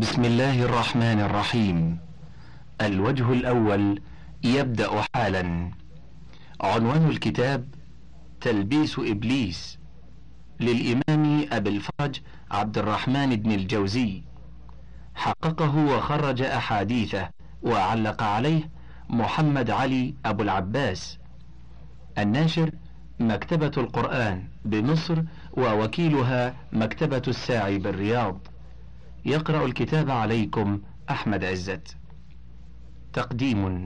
بسم الله الرحمن الرحيم. الوجه الأول يبدأ حالا. عنوان الكتاب: تلبيس إبليس، للإمام أبي الفرج عبد الرحمن بن الجوزي. حققه وخرج أحاديثه وعلق عليه محمد علي أبو العباس. الناشر مكتبة القرآن بمصر، ووكيلها مكتبة الساعي بالرياض. يقرأ الكتاب عليكم أحمد عزت. تقديم.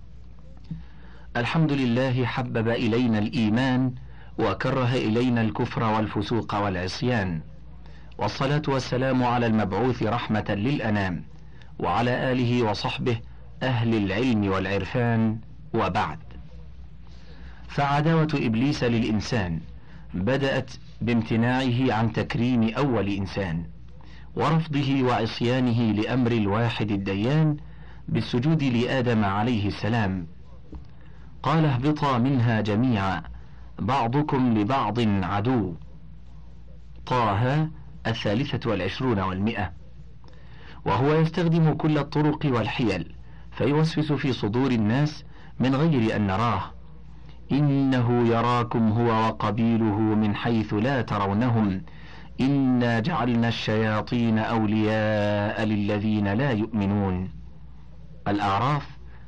الحمد لله حبب إلينا الإيمان وكره إلينا الكفر والفسوق والعصيان، والصلاة والسلام على المبعوث رحمة للأنام، وعلى آله وصحبه أهل العلم والعرفان، وبعد. فعداوة إبليس للإنسان بدأت بامتناعه عن تكريم أول إنسان، ورفضه وعصيانه لأمر الواحد الديان بالسجود لآدم عليه السلام. قال: اهبطا منها جميعا بعضكم لبعض عدو. طه 23 و100. وهو يستخدم كل الطرق والحيل فيوسوس في صدور الناس من غير أن نراه. إنه يراكم هو وقبيله من حيث لا ترونهم، إنا جعلنا الشياطين أولياء للذين لا يؤمنون. الأعراف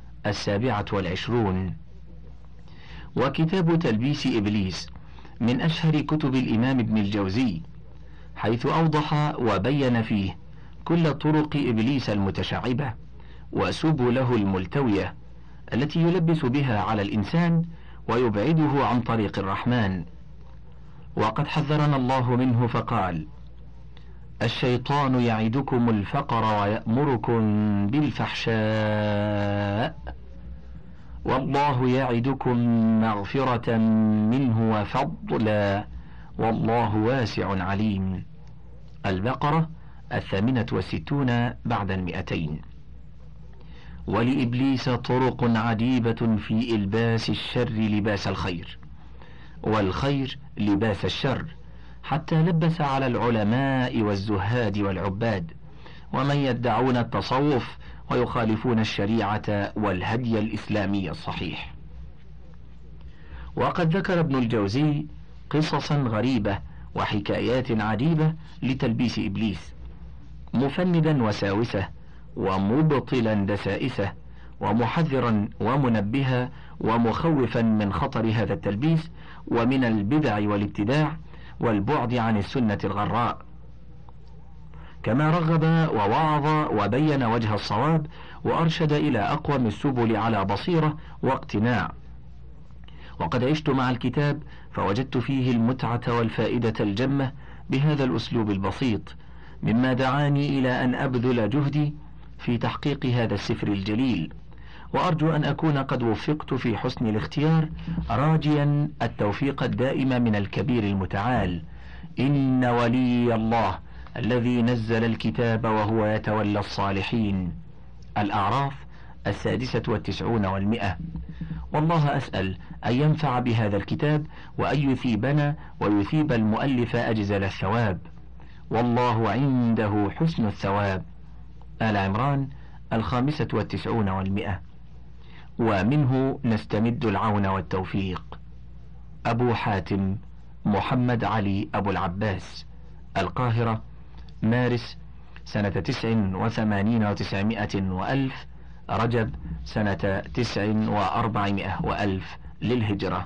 27. وكتاب تلبيس إبليس من أشهر كتب الإمام ابن الجوزي، حيث أوضح وبين فيه كل طرق إبليس المتشعبة وسبله الملتوية التي يلبس بها على الإنسان ويبعده عن طريق الرحمن. وقد حذرنا الله منه فقال: الشيطان يعدكم الفقر ويأمركم بالفحشاء والله يعدكم مغفرة منه وفضلا والله واسع عليم. البقرة 68 بعد 200. ولإبليس طرق عجيبة في إلباس الشر لباس الخير، والخير لباس الشر، حتى لبس على العلماء والزهاد والعباد ومن يدعون التصوف ويخالفون الشريعة والهدي الإسلامي الصحيح. وقد ذكر ابن الجوزي قصصا غريبة وحكايات عجيبة لتلبيس إبليس، مفندا وساوسه ومبطلا دسائسه، ومحذرا ومنبها ومخوفا من خطر هذا التلبيس ومن البدع والابتداع والبعد عن السنة الغراء. كما رغب ووعظ وبين وجه الصواب وأرشد إلى أقوم السبل على بصيرة واقتناع. وقد عشت مع الكتاب فوجدت فيه المتعة والفائدة الجمة بهذا الأسلوب البسيط، مما دعاني إلى أن أبذل جهدي في تحقيق هذا السفر الجليل، وأرجو أن أكون قد وفقت في حسن الاختيار، راجيا التوفيق الدائم من الكبير المتعال. إن ولي الله الذي نزل الكتاب وهو يتولى الصالحين. الأعراف 96 و100. والله أسأل أن ينفع بهذا الكتاب وأن يثيبنا ويثيب المؤلف أجزل الثواب، والله عنده حسن الثواب. آل عمران 95 و100. ومنه نستمد العون والتوفيق. أبو حاتم محمد علي أبو العباس، القاهرة، مارس سنة 89 و900 وألف، رجب سنة 400 وألف للهجرة.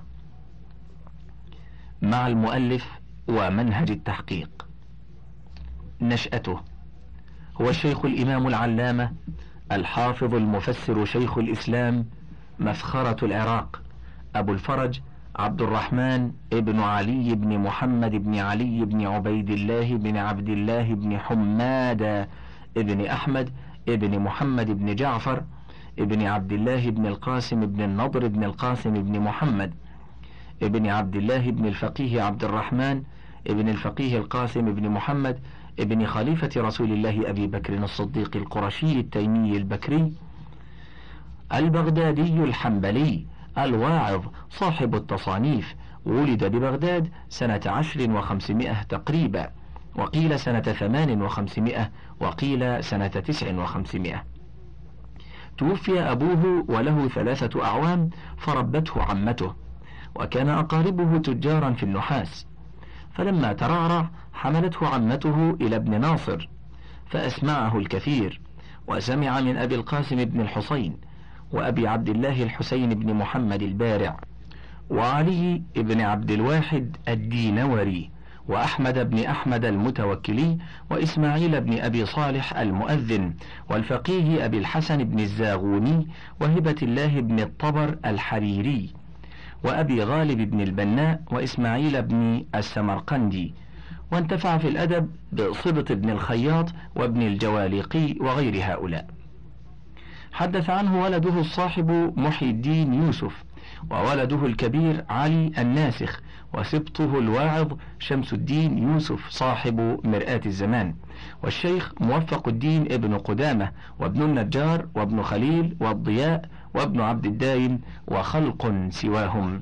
مع المؤلف ومنهج التحقيق. نشأته: هو الشيخ الإمام العلامة الحافظ المفسر شيخ الإسلام مفخرة العراق أبو الفرج عبد الرحمن ابن علي بن محمد بن علي بن عبيد الله بن عبد الله بن حماد ابن أحمد ابن محمد بن جعفر ابن عبد الله بن القاسم بن النضر بن القاسم بن محمد ابن عبد الله بن الفقيه عبد الرحمن ابن الفقيه القاسم بن محمد ابن خليفة رسول الله أبي بكر الصديق القرشي التيمي البكري البغدادي الحنبلي الواعظ صاحب التصانيف. ولد ببغداد سنة 10 و500 تقريبا، وقيل سنة 5800 وقيل سنة 5900. توفي أبوه وله 3 أعوام فربته عمته، وكان أقاربه تجارا في النحاس، فلما ترعرع حملته عمته إلى ابن ناصر فأسمعه الكثير، وسمع من أبي القاسم بن الحسين وأبي عبد الله الحسين بن محمد البارع وعلي بن عبد الواحد الدينوري وأحمد بن أحمد المتوكلي وإسماعيل بن أبي صالح المؤذن والفقيه أبي الحسن بن الزاغوني وهبة الله بن الطبر الحريري وأبي غالب بن البناء وإسماعيل بن السمرقندي، وانتفع في الأدب بصبط بن الخياط وابن الجواليقي وغير هؤلاء. حدث عنه ولده الصاحب محي الدين يوسف، وولده الكبير علي الناسخ، وسبطه الواعظ شمس الدين يوسف صاحب مرآة الزمان، والشيخ موفق الدين ابن قدامة وابن النجار وابن خليل والضياء وابن عبد الدايم وخلق سواهم.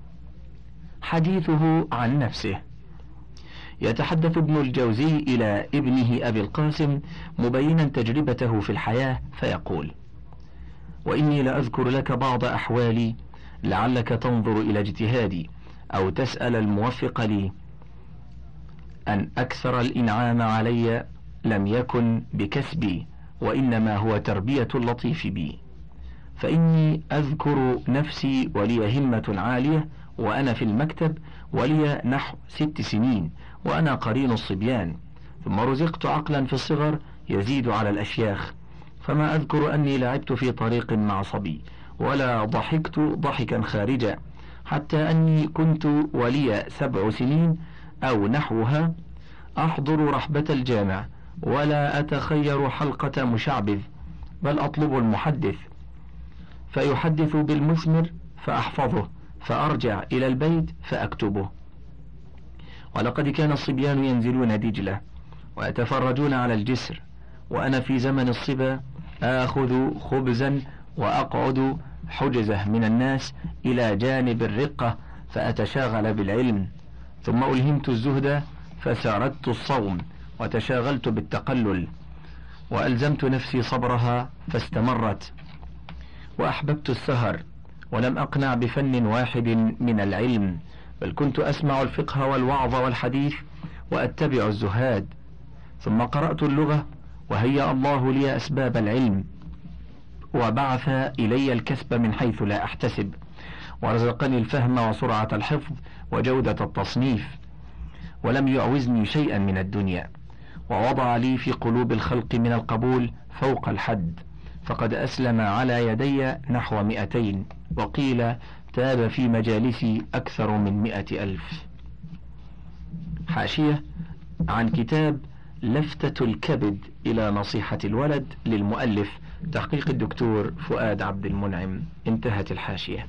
حديثه عن نفسه. يتحدث ابن الجوزي إلى ابنه أبي القاسم مبينا تجربته في الحياة فيقول: وإني لأذكر لك بعض أحوالي لعلك تنظر إلى اجتهادي أو تسأل الموفق لي. أن أكثر الإنعام علي لم يكن بكسبي، وإنما هو تربية اللطيف بي، فإني أذكر نفسي ولي همة عالية وأنا في المكتب، ولي نحو 6 سنين وأنا قرين الصبيان، ثم رزقت عقلا في الصغر يزيد على الأشياخ، فما أذكر أني لعبت في طريق مع صبي ولا ضحكت ضحكا خارجا، حتى أني كنت ولي 7 سنين أو نحوها أحضر رحبة الجامع ولا أتخير حلقة مشعبذ، بل أطلب المحدث فيحدث بالمثمر فأحفظه، فأرجع إلى البيت فأكتبه. ولقد كان الصبيان ينزلون دجلة ويتفرجون على الجسر، وأنا في زمن الصبا آخذ خبزا وأقعد حجزة من الناس إلى جانب الرقة فأتشاغل بالعلم، ثم ألهمت الزهد فساردت الصوم وتشاغلت بالتقلل، وألزمت نفسي صبرها فاستمرت، وأحببت السهر ولم أقنع بفن واحد من العلم، بل كنت أسمع الفقه والوعظ والحديث وأتبع الزهاد، ثم قرأت اللغة وهيأ الله لي أسباب العلم، وبعث إلي الكسب من حيث لا أحتسب، ورزقني الفهم وسرعة الحفظ وجودة التصنيف، ولم يعوزني شيئا من الدنيا، ووضع لي في قلوب الخلق من القبول فوق الحد، فقد أسلم على يدي نحو 200، وقيل تاب في مجالسي أكثر من 100,000. حاشية عن كتاب لفتة الكبد إلى نصيحة الولد للمؤلف، تحقيق الدكتور فؤاد عبد المنعم. انتهت الحاشية.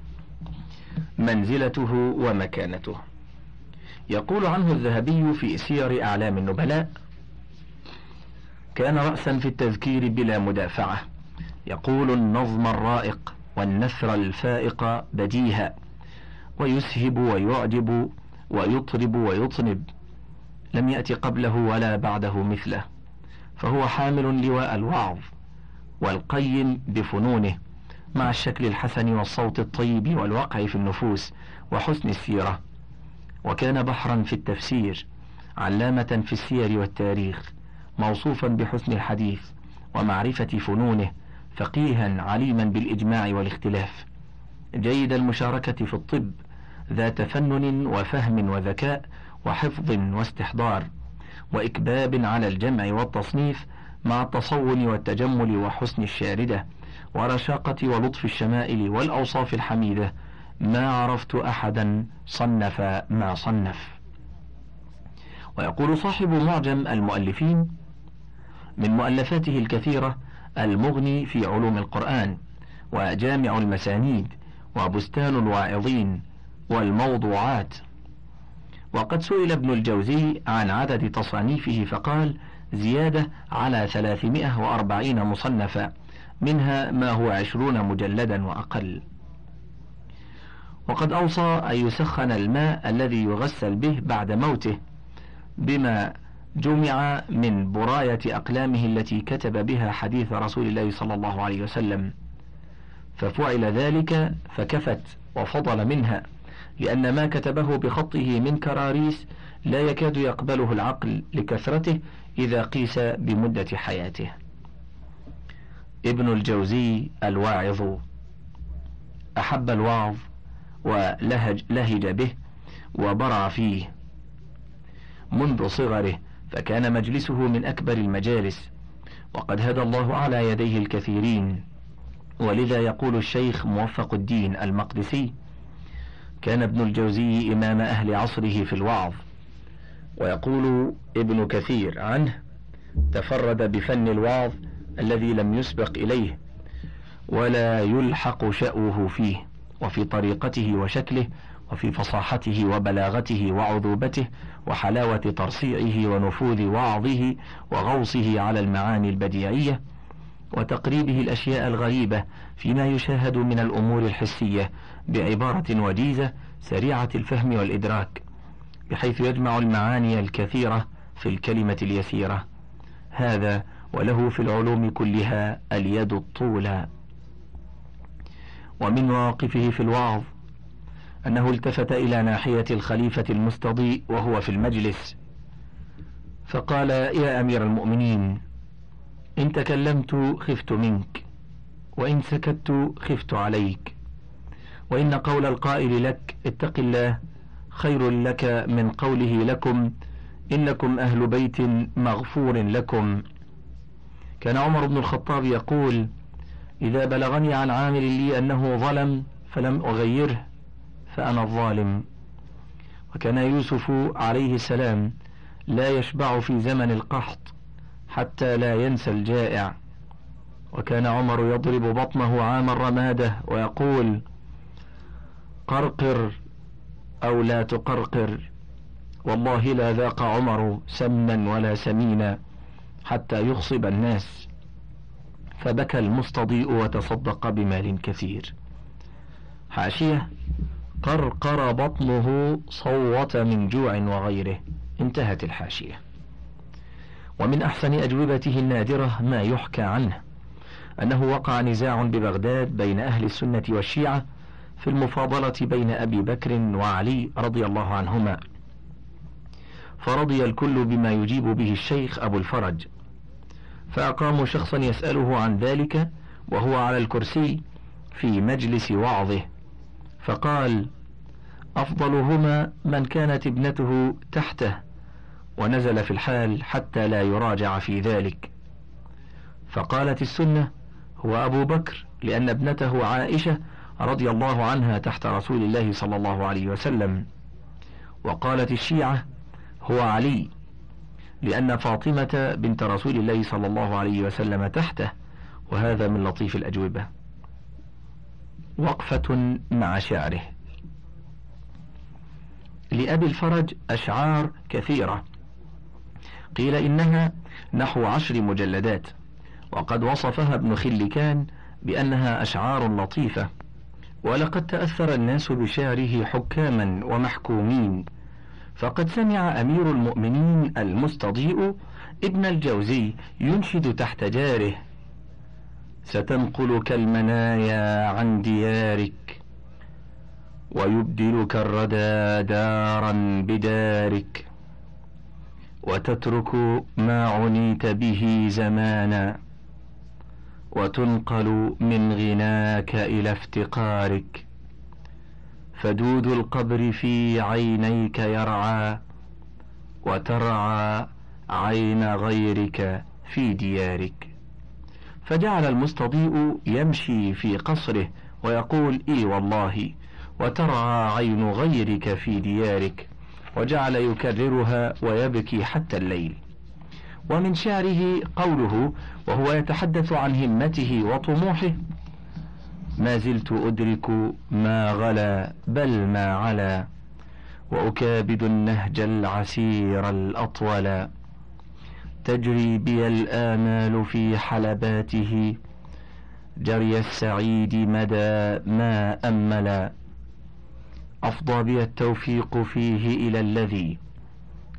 منزلته ومكانته. يقول عنه الذهبي في سير أعلام النبلاء: كان رأسا في التذكير بلا مدافعة، يقول النظم الرائق والنثر الفائق بديها، ويسهب ويعجب ويطرب ويطنب، لم يأت قبله ولا بعده مثله، فهو حامل لواء الوعظ والقيم بفنونه، مع الشكل الحسن والصوت الطيب والوقع في النفوس وحسن السيرة، وكان بحرا في التفسير، علامة في السير والتاريخ، موصوفا بحسن الحديث ومعرفة فنونه، فقيها عليما بالإجماع والاختلاف، جيد المشاركة في الطب، ذا تفنن وفهم وذكاء وحفظ واستحضار وإكباب على الجمع والتصنيف، مع التصون والتجمل وحسن الشاردة ورشاقة ولطف الشمائل والأوصاف الحميدة، ما عرفت أحدا صنف ما صنف. ويقول صاحب معجم المؤلفين: من مؤلفاته الكثيرة المغني في علوم القرآن، وجامع المسانيد، وبستان الواعظين، والموضوعات. وقد سئل ابن الجوزي عن عدد تصانيفه فقال: زيادة على 340 مصنفا، منها ما هو 20 مجلدا وأقل. وقد أوصى أن يسخن الماء الذي يغسل به بعد موته بما جمع من براية أقلامه التي كتب بها حديث رسول الله صلى الله عليه وسلم، ففعل ذلك فكفت وفضل منها، لأن ما كتبه بخطه من كراريس لا يكاد يقبله العقل لكثرته إذا قيس بمدة حياته. ابن الجوزي الواعظ أحب الوعظ ولهج به وبرع فيه منذ صغره، فكان مجلسه من أكبر المجالس، وقد هدى الله على يديه الكثيرين. ولذا يقول الشيخ موفق الدين المقدسي: كان ابن الجوزي إمام أهل عصره في الوعظ. ويقول ابن كثير عنه: تفرد بفن الوعظ الذي لم يسبق إليه ولا يلحق شأوه فيه، وفي طريقته وشكله، وفي فصاحته وبلاغته وعذوبته وحلاوة ترصيعه ونفوذ وعظه وغوصه على المعاني البديعية وتقريبه الأشياء الغريبة فيما يشاهد من الأمور الحسية بعبارة وجيزة سريعة الفهم والإدراك، بحيث يجمع المعاني الكثيرة في الكلمة اليسيرة. هذا وله في العلوم كلها اليد الطولى. ومن مواقفه في الوعظ أنه التفت إلى ناحية الخليفة المستضيء وهو في المجلس فقال: يا أمير المؤمنين، إن تكلمت خفت منك، وإن سكت خفت عليك، وإن قول القائل لك اتق الله خير لك من قوله لكم إنكم أهل بيت مغفور لكم. كان عمر بن الخطاب يقول: إذا بلغني عن عامل لي أنه ظلم فلم أغيره فأنا الظالم. وكان يوسف عليه السلام لا يشبع في زمن القحط حتى لا ينسى الجائع. وكان عمر يضرب بطنه عام الرمادة ويقول: قرقر أو لا تقرقر، والله لا ذاق عمر سمنا ولا سمينا حتى يخصب الناس. فبكى المستضيء وتصدق بمال كثير. حاشية: قرقر بطنه صوت من جوع وغيره. انتهت الحاشية. ومن أحسن أجوبته النادرة ما يحكى عنه أنه وقع نزاع ببغداد بين أهل السنة والشيعة في المفاضلة بين أبي بكر وعلي رضي الله عنهما، فرضي الكل بما يجيب به الشيخ أبو الفرج، فأقاموا شخصا يسأله عن ذلك وهو على الكرسي في مجلس وعظه، فقال: أفضلهما من كانت ابنته تحته، ونزل في الحال حتى لا يراجع في ذلك. فقالت السنة: هو أبو بكر، لأن ابنته عائشة رضي الله عنها تحت رسول الله صلى الله عليه وسلم. وقالت الشيعة: هو علي، لأن فاطمة بنت رسول الله صلى الله عليه وسلم تحته. وهذا من لطيف الأجوبة. وقفة مع شعره. لأبي الفرج أشعار كثيرة، قيل إنها نحو 10 مجلدات، وقد وصفها ابن خلكان بأنها أشعار لطيفة. ولقد تأثر الناس بشعره حكاما ومحكومين، فقد سمع أمير المؤمنين المستضيء ابن الجوزي ينشد تحت جاره: ستنقلك المنايا عن ديارك، ويبدلك الردى دارا بدارك، وتترك ما عنيت به زمانا، وتنقل من غناك إلى افتقارك، فدود القبر في عينيك يرعى، وترعى عين غيرك في ديارك. فجعل المستضيء يمشي في قصره ويقول: إي والله، وترعى عين غيرك في ديارك، وجعل يكررها ويبكي حتى الليل. ومن شعره قوله وهو يتحدث عن همته وطموحه: ما زلت أدرك ما غلا بل ما علا، وأكابد النهج العسير الأطول، تجري بي الآمال في حلباته، جري السعيد مدى ما أملا، أفضى بي التوفيق فيه إلى الذي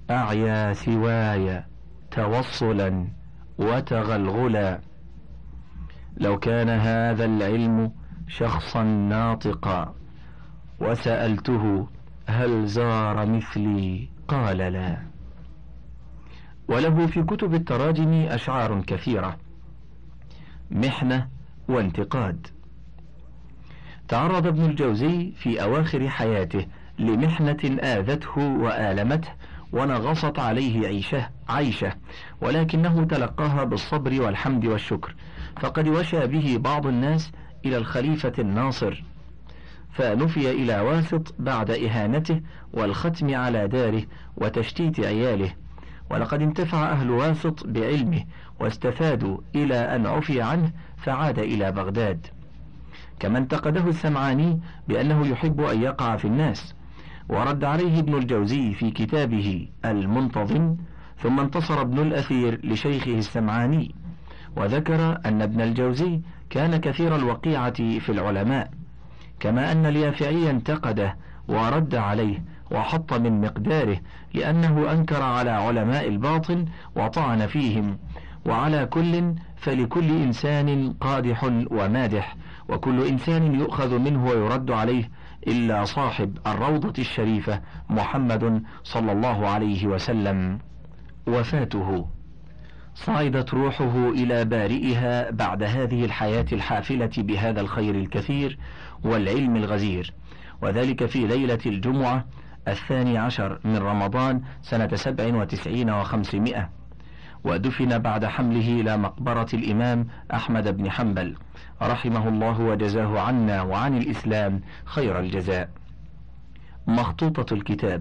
أعيا سواي توصلا وتغلغلا. لو كان هذا العلم شخصا ناطقا وسألته هل زار مثلي قال لا. وله في كتب التراجم أشعار كثيرة. محنة وانتقاد. تعرض ابن الجوزي في أواخر حياته لمحنة آذته وآلمته ونغصت عليه عيشه، ولكنه تلقاها بالصبر والحمد والشكر، فقد وشى به بعض الناس إلى الخليفة الناصر، فنفي إلى واسط بعد إهانته والختم على داره وتشتيت عياله، ولقد انتفع أهل واسط بعلمه واستفادوا إلى أن عفي عنه فعاد إلى بغداد. كما انتقده السمعاني بأنه يحب أن يقع في الناس، ورد عليه ابن الجوزي في كتابه المنتظم. ثم انتصر ابن الأثير لشيخه السمعاني، وذكر أن ابن الجوزي كان كثير الوقيعة في العلماء، كما أن اليافعي انتقده ورد عليه وحط من مقداره، لأنه أنكر على علماء الباطن وطعن فيهم. وعلى كل فلكل إنسان قادح ومادح، وكل إنسان يؤخذ منه ويرد عليه، إلا صاحب الروضة الشريفة محمد صلى الله عليه وسلم. وفاته. صعدت روحه إلى بارئها بعد هذه الحياة الحافلة بهذا الخير الكثير والعلم الغزير، وذلك في ليلة الجمعة 12 من رمضان سنة 97 و500، ودفن بعد حمله إلى مقبرة الإمام أحمد بن حنبل رحمه الله وجزاه عنا وعن الإسلام خير الجزاء. مخطوطة الكتاب.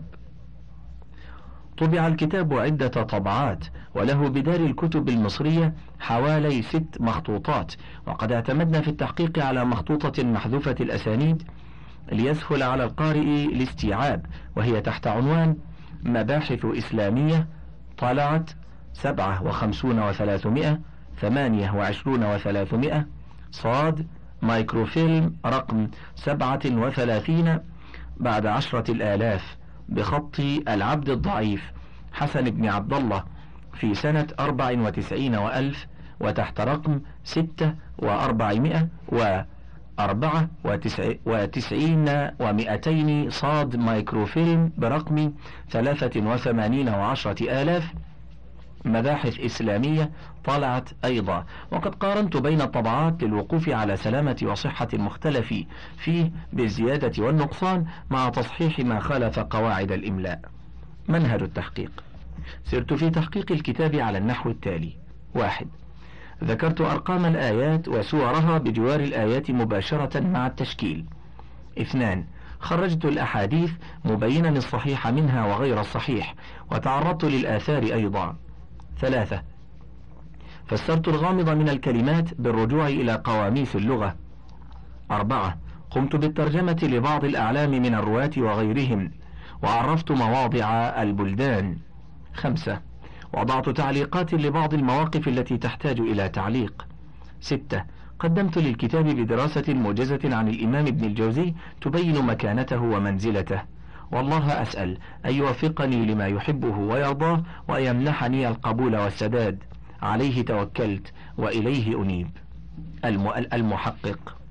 طبع الكتاب عدة طبعات، وله بدار الكتب المصرية حوالي 6 مخطوطات، وقد اعتمدنا في التحقيق على مخطوطة محذوفة الأسانيد ليسهل على القارئ الاستيعاب، وهي تحت عنوان مباحث إسلامية، طلعت 57 و300 28 و300 صاد، مايكروفيلم رقم 37 بعد 10,000 بخط العبد الضعيف حسن بن عبد الله في سنة 94 وألف، وتحت رقم 6,400 و94 و200 صاد، مايكروفيلم برقم 83 و10,000 مباحث إسلامية طلعت أيضا. وقد قارنت بين الطبعات للوقوف على سلامة وصحة المختلف فيه بالزيادة والنقصان مع تصحيح ما خالف قواعد الإملاء. منهج التحقيق. سرت في تحقيق الكتاب على النحو التالي: 1. ذكرت أرقام الآيات وسورها بجوار الآيات مباشرة مع التشكيل. 2. خرجت الأحاديث مبينا الصحيح منها وغير الصحيح، وتعرضت للآثار أيضا. 3. فسرت الغامض من الكلمات بالرجوع إلى قواميس اللغة. 4. قمت بالترجمة لبعض الأعلام من الرواة وغيرهم، وعرفت مواضع البلدان. 5. وضعت تعليقات لبعض المواقف التي تحتاج إلى تعليق. 6. قدمت للكتاب بدراسة موجزة عن الإمام ابن الجوزي تبين مكانته ومنزلته، والله أسأل أن يوفقني لما يحبه ويرضاه ويمنحني القبول والسداد. عليه توكلت وإليه أنيب. المحقق.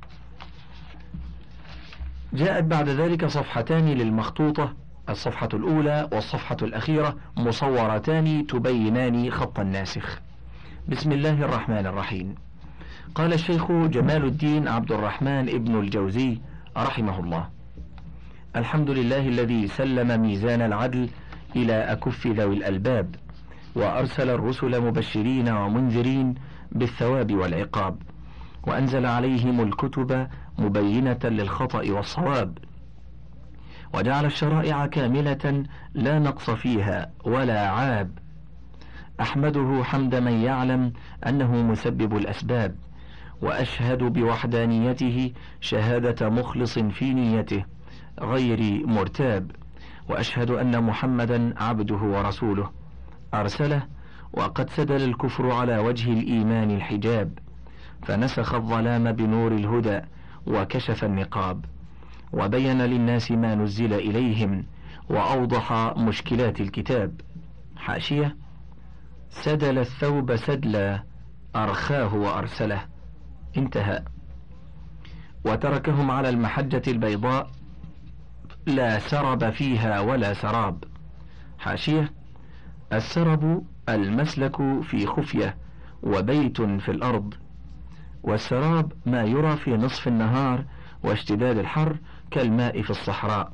جاءت بعد ذلك صفحتان للمخطوطة، الصفحة الأولى والصفحة الأخيرة مصورتان تبينان خط الناسخ. بسم الله الرحمن الرحيم. قال الشيخ جمال الدين عبد الرحمن ابن الجوزي رحمه الله: الحمد لله الذي سلم ميزان العدل إلى أكف ذوي الألباب، وأرسل الرسل مبشرين ومنذرين بالثواب والعقاب، وأنزل عليهم الكتب مبينة للخطأ والصواب، وجعل الشرائع كاملة لا نقص فيها ولا عاب. أحمده حمد من يعلم أنه مسبب الأسباب، وأشهد بوحدانيته شهادة مخلص في نيته غير مرتاب، وأشهد أن محمدا عبده ورسوله أرسله، وقد سدل الكفر على وجه الإيمان الحجاب، فنسخ الظلام بنور الهدى وكشف النقاب، وبين للناس ما نزل إليهم، وأوضح مشكلات الكتاب. حاشية: سدل الثوب سدلا أرخاه وأرسله. انتهى. وتركهم على المحجة البيضاء لا سرب فيها ولا سراب. حاشية: السرب المسلك في خفية وبيت في الأرض، والسراب ما يرى في نصف النهار واشتداد الحر كالماء في الصحراء.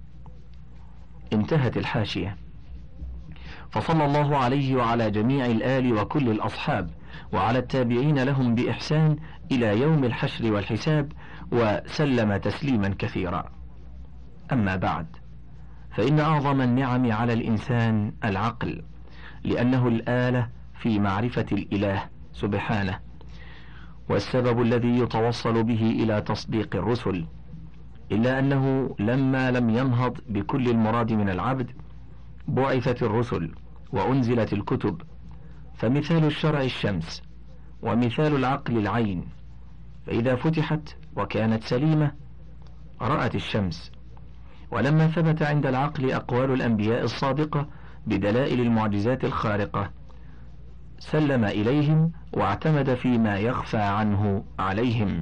انتهت الحاشية. فصلى الله عليه وعلى جميع الآل وكل الأصحاب وعلى التابعين لهم بإحسان إلى يوم الحشر والحساب، وسلم تسليما كثيرا. أما بعد، فإن أعظم النعم على الإنسان العقل، لأنه الآلة في معرفة الإله سبحانه، والسبب الذي يتوصل به إلى تصديق الرسل، إلا أنه لما لم ينهض بكل المراد من العبد بعثت الرسل وأنزلت الكتب. فمثال الشرع الشمس، ومثال العقل العين، فإذا فتحت وكانت سليمة رأت الشمس. ولما ثبت عند العقل أقوال الأنبياء الصادقة بدلائل المعجزات الخارقة سلم إليهم واعتمد فيما يخفى عنه عليهم.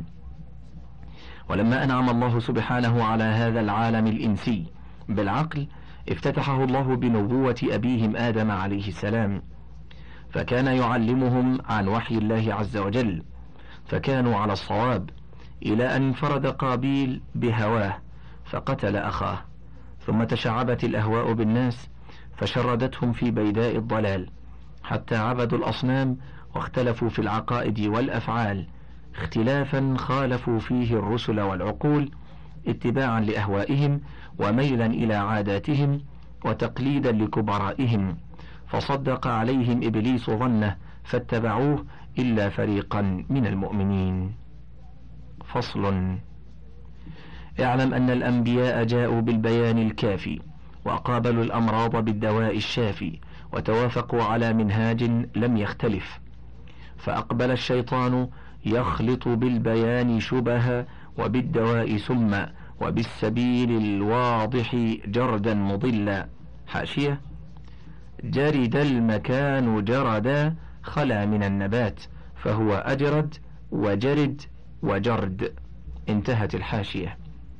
ولما أنعم الله سبحانه على هذا العالم الإنسي بالعقل افتتحه الله بنبوة أبيهم آدم عليه السلام، فكان يعلمهم عن وحي الله عز وجل، فكانوا على الصواب، إلى أن انفرد قابيل بهواه فقتل أخاه، ثم تشعبت الأهواء بالناس فشردتهم في بيداء الضلال حتى عبدوا الأصنام واختلفوا في العقائد والأفعال اختلافا خالفوا فيه الرسل والعقول، اتباعا لأهوائهم وميلا إلى عاداتهم وتقليدا لكبرائهم، فصدق عليهم إبليس ظنه فاتبعوه إلا فريقا من المؤمنين. فصل. اعلم أن الأنبياء جاءوا بالبيان الكافي وقابلوا الأمراض بالدواء الشافي، وتوافقوا على منهاج لم يختلف. فأقبل الشيطان يخلط بالبيان شبها وبالدواء سما وبالسبيل الواضح جردا مضلا. حاشية: جرد المكان جردا خلا من النبات، فهو أجرد وجرد وجرد. انتهت الحاشية.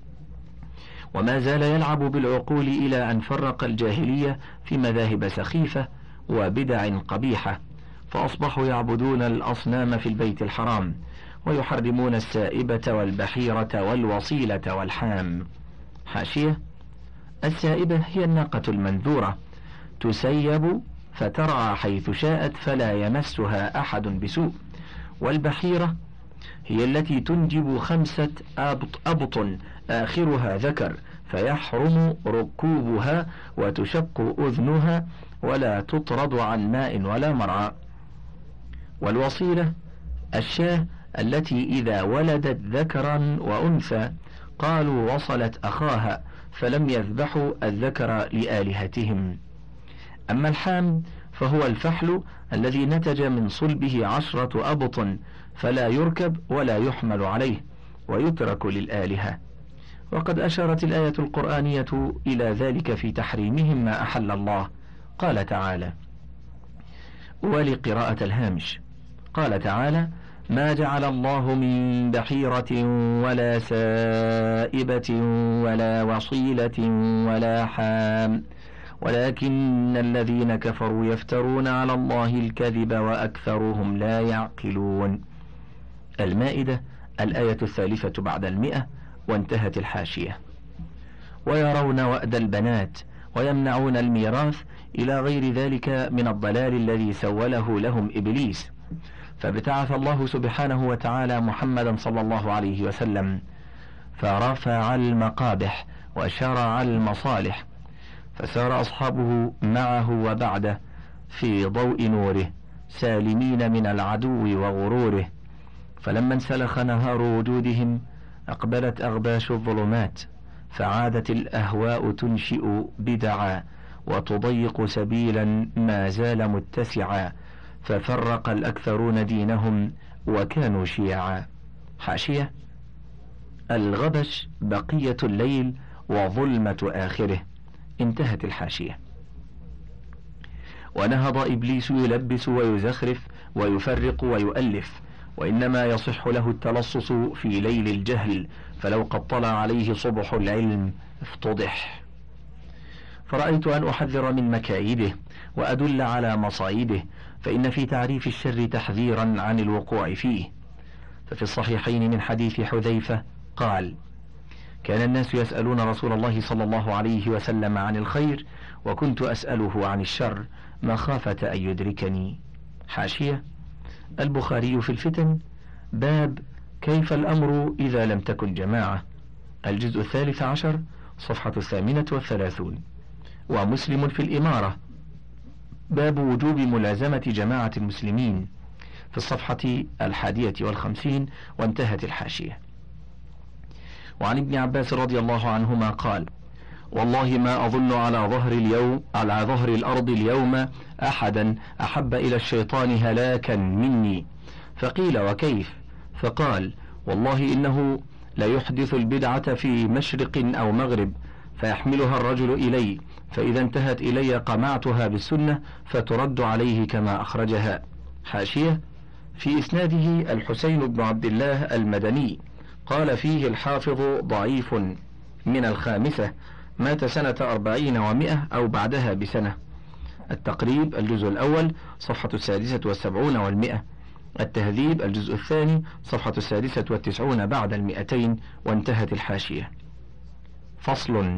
وما زال يلعب بالعقول إلى أن فرق الجاهلية في مذاهب سخيفة وبدع قبيحة، فأصبحوا يعبدون الأصنام في البيت الحرام، ويحرمون السائبة والبحيرة والوصيلة والحام. حاشية: السائبة هي الناقة المنذورة، تسيب فترعى حيث شاءت فلا يمسها أحد بسوء. والبحيرة هي التي تنجب 5 أبط آخرها ذكر، فيحرم ركوبها وتشق أذنها ولا تطرد عن ماء ولا مرعى. والوصيلة الشاة التي إذا ولدت ذكرا وأنثى قالوا وصلت أخاها، فلم يذبحوا الذكر لآلهتهم. أما الحام فهو الفحل الذي نتج من صلبه 10 أبط، فلا يركب ولا يحمل عليه ويترك للآلهة. وقد أشارت الآية القرآنية إلى ذلك في تحريمهم ما أحل الله. قال تعالى: ولقراءة الهامش قال تعالى: ما جعل الله من بحيرة ولا سائبة ولا وصيلة ولا حام ولكن الذين كفروا يفترون على الله الكذب وأكثرهم لا يعقلون. المائدة الآية 3 بعد 100. وانتهت الحاشية. ويرون وأد البنات ويمنعون الميراث إلى غير ذلك من الضلال الذي سوله لهم إبليس. فابتعث الله سبحانه وتعالى محمدا صلى الله عليه وسلم فرفع المقابح وشرع المصالح، فسار أصحابه معه وبعده في ضوء نوره سالمين من العدو وغروره. فلما انسلخ نهار وجودهم أقبلت أغباش الظلمات، فعادت الأهواء تنشئ بدعا وتضيق سبيلا ما زال متسعا، ففرق الأكثرون دينهم وكانوا شيعا. حاشية: الغبش بقية الليل وظلمة آخره. انتهت الحاشية. ونهض إبليس يلبس ويزخرف ويفرق ويؤلف، وإنما يصح له التلصص في ليل الجهل، فلو قد طلع عليه صبح العلم افتضح. فرأيت أن أحذر من مكايده وأدل على مصايده، فإن في تعريف الشر تحذيرا عن الوقوع فيه. ففي الصحيحين من حديث حذيفة قال: كان الناس يسألون رسول الله صلى الله عليه وسلم عن الخير، وكنت أسأله عن الشر مخافة أن يدركني. حاشية: البخاري في الفتن، باب كيف الأمر إذا لم تكن جماعة، الجزء 13 صفحة 38. ومسلم في الإمارة، باب وجوب ملازمة جماعة المسلمين، في الصفحة 51، وانتهت الحاشية. وعن ابن عباس رضي الله عنهما قال: والله ما أظن على ظهر الأرض اليوم أحدا أحب إلى الشيطان هلاكا مني. فقيل: وكيف؟ فقال: والله إنه ليحدث البدعة في مشرق أو مغرب، فيحملها الرجل إلي، فإذا انتهت إلي قمعتها بالسنة فترد عليه كما أخرجها. حاشية: في إسناده الحسين بن عبد الله المدني، قال فيه الحافظ: ضعيف من الخامسة، مات سنة 40 و100 أو بعدها بسنة. التقريب الجزء الأول صفحة 76 و100، التهذيب الجزء الثاني صفحة 96 بعد 200، وانتهت الحاشية. فصل: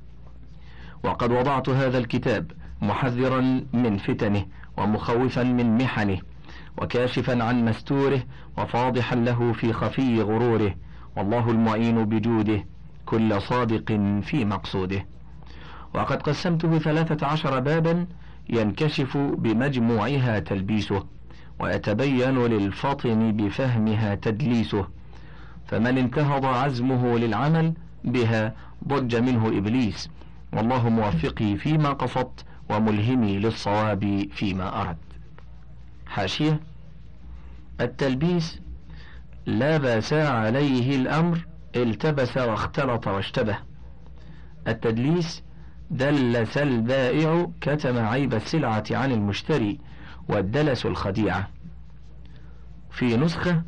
وقد وضعت هذا الكتاب محذرا من فتنه، ومخوفا من محنه، وكاشفا عن مستوره، وفاضحا له في خفي غروره، والله المعين بجوده كل صادق في مقصوده. وقد قسمته 13 بابا ينكشف بمجموعها تلبيسه، ويتبين للفطن بفهمها تدليسه، فمن انتهض عزمه للعمل بها ضج منه إبليس، والله موفقي فيما قصدت وملهمي للصواب فيما أردت. حاشية: التلبيس لا باس عليه الأمر التبس واختلط واشتبه. التدليس دلس البائع كتم عيب السلعة عن المشتري، والدلس الخديعة. في نسخة: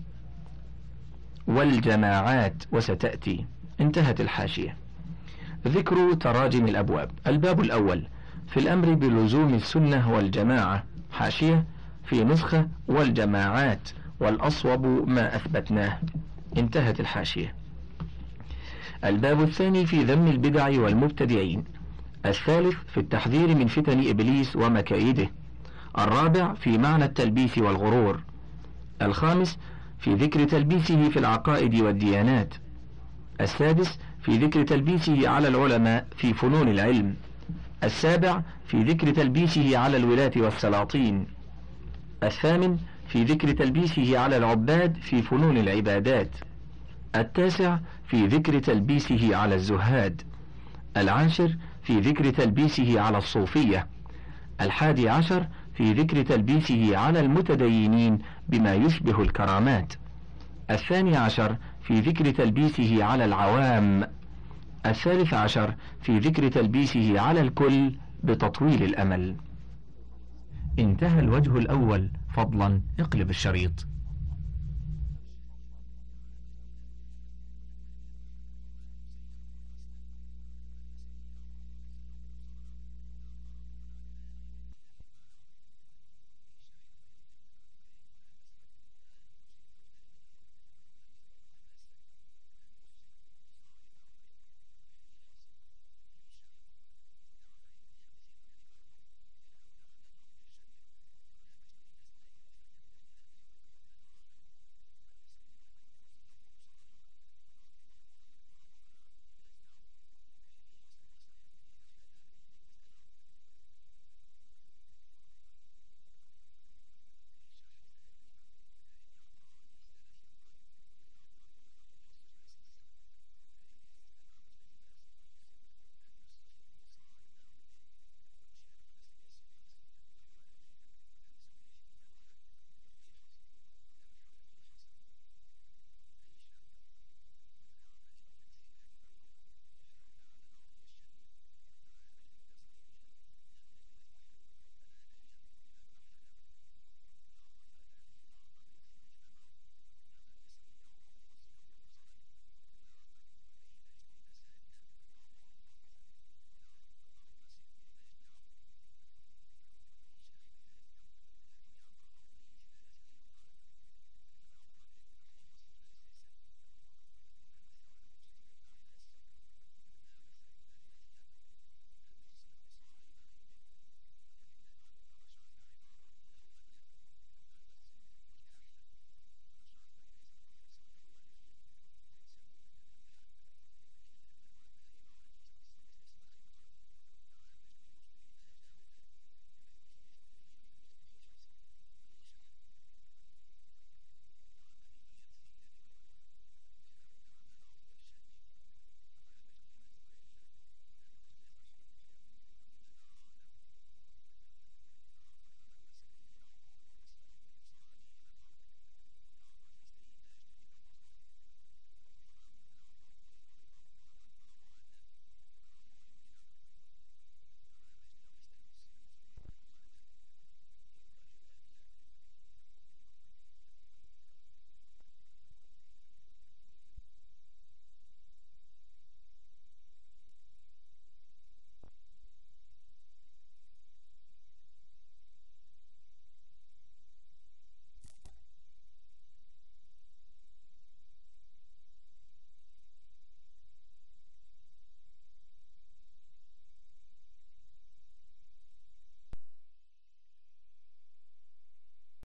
والجماعات، وستأتي. انتهت الحاشية. ذكر تراجم الأبواب. الباب الأول في الأمر بلزوم السنة والجماعة. حاشية: في نسخة: والجماعات، والأصوب ما أثبتناه. انتهت الحاشية. الباب الثاني في ذم البدع والمبتدعين. الثالث في التحذير من فتن إبليس ومكايده. الرابع في معنى التلبيس والغرور. الخامس في ذكر تلبيسه في العقائد والديانات. السادس في ذكر تلبيسه على العلماء في فنون العلم. السابع في ذكر تلبيسه على الولاة والسلاطين. الثامن في ذكر تلبيسه على العباد في فنون العبادات. التاسع في ذكر تلبيسه على الزهاد. العاشر في ذكر تلبيسه على الصوفية. 11 في ذكر تلبيسه على المتدينين بما يشبه الكرامات. 12 في ذكر تلبيسه على العوام. 13 في ذكر تلبيسه على الكل بتطويل الأمل. انتهى الوجه الأول. فضلا اقلب الشريط.